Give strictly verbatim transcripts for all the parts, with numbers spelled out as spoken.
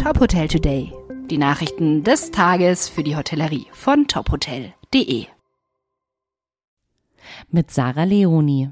Top Hotel Today. Die Nachrichten des Tages für die Hotellerie von top hotel punkt de. Mit Sarah Leoni.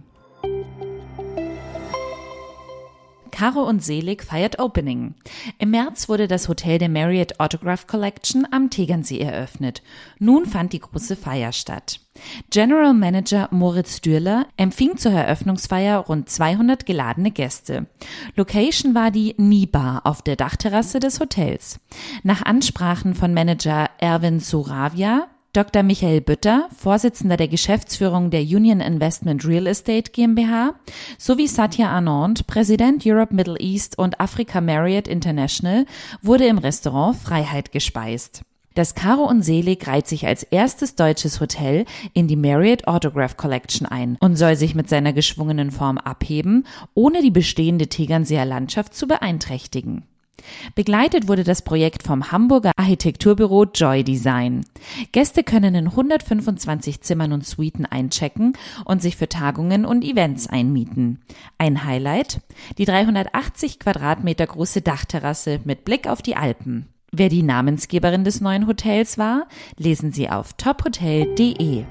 Caro und Selig feiert Opening. Im März wurde das Hotel der Marriott Autograph Collection am Tegernsee eröffnet. Nun fand die große Feier statt. General Manager Moritz Dürler empfing zur Eröffnungsfeier rund zweihundert geladene Gäste. Location war die Nibar auf der Dachterrasse des Hotels. Nach Ansprachen von Manager Erwin Soravia, Doktor Michael Bütter, Vorsitzender der Geschäftsführung der Union Investment Real Estate GmbH, sowie Satya Anand, Präsident Europe, Middle East und Africa Marriott International, wurde im Restaurant Freiheit gespeist. Das Caro und Selig reiht sich als erstes deutsches Hotel in die Marriott Autograph Collection ein und soll sich mit seiner geschwungenen Form abheben, ohne die bestehende Tegernseer Landschaft zu beeinträchtigen. Begleitet wurde das Projekt vom Hamburger Architekturbüro Joy Design. Gäste können in hundertfünfundzwanzig Zimmern und Suiten einchecken und sich für Tagungen und Events einmieten. Ein Highlight: die dreihundertachtzig Quadratmeter große Dachterrasse mit Blick auf die Alpen. Wer die Namensgeberin des neuen Hotels war, lesen Sie auf top hotel punkt de.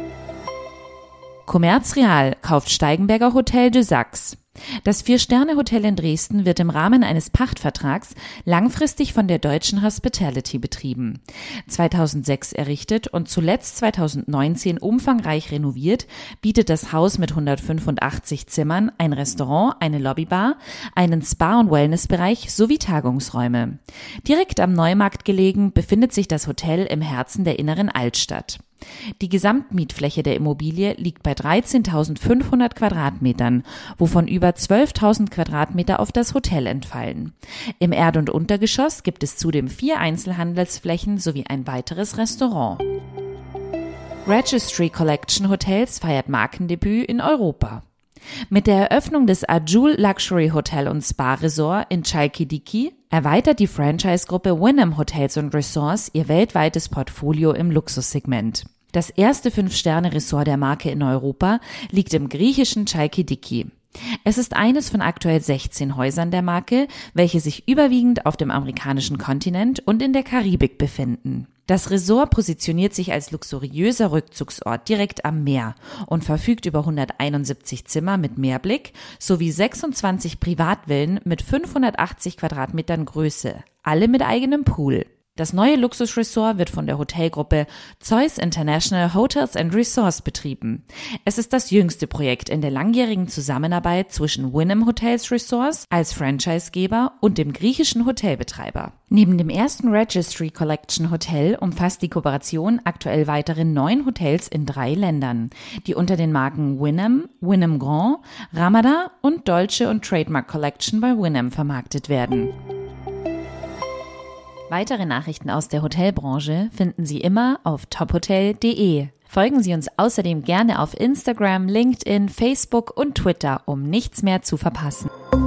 Commerz Real kauft Steigenberger Hotel de Sachs. Das Vier-Sterne-Hotel in Dresden wird im Rahmen eines Pachtvertrags langfristig von der Deutschen Hospitality betrieben. zweitausendsechs errichtet und zuletzt zweitausendneunzehn umfangreich renoviert, bietet das Haus mit hundertfünfundachtzig Zimmern ein Restaurant, eine Lobbybar, einen Spa- und Wellnessbereich sowie Tagungsräume. Direkt am Neumarkt gelegen befindet sich das Hotel im Herzen der inneren Altstadt. Die Gesamtmietfläche der Immobilie liegt bei dreizehntausendfünfhundert Quadratmetern, wovon über zwölftausend Quadratmeter auf das Hotel entfallen. Im Erd- und Untergeschoss gibt es zudem vier Einzelhandelsflächen sowie ein weiteres Restaurant. Registry Collection Hotels feiert Markendebüt in Europa. Mit der Eröffnung des Ajul Luxury Hotel und Spa Resort in Chalkidiki erweitert die Franchise-Gruppe Wynnum Hotels und Resorts ihr weltweites Portfolio im Luxussegment. Das erste Fünf-Sterne-Resort der Marke in Europa liegt im griechischen Chalkidiki. Es ist eines von aktuell sechzehn Häusern der Marke, welche sich überwiegend auf dem amerikanischen Kontinent und in der Karibik befinden. Das Resort positioniert sich als luxuriöser Rückzugsort direkt am Meer und verfügt über hunderteinundsiebzig Zimmer mit Meerblick sowie sechsundzwanzig Privatvillen mit fünfhundertachtzig Quadratmetern Größe, alle mit eigenem Pool. Das neue Luxusresort wird von der Hotelgruppe Zeus International Hotels and Resorts betrieben. Es ist das jüngste Projekt in der langjährigen Zusammenarbeit zwischen Wynnum Hotels Resorts als Franchisegeber und dem griechischen Hotelbetreiber. Neben dem ersten Registry Collection Hotel umfasst die Kooperation aktuell weitere neun Hotels in drei Ländern, die unter den Marken Wynnum, Wynnum Grand, Ramada und Dolce und Trademark Collection bei Wynnum vermarktet werden. Weitere Nachrichten aus der Hotelbranche finden Sie immer auf top hotel punkt de. Folgen Sie uns außerdem gerne auf Instagram, LinkedIn, Facebook und Twitter, um nichts mehr zu verpassen.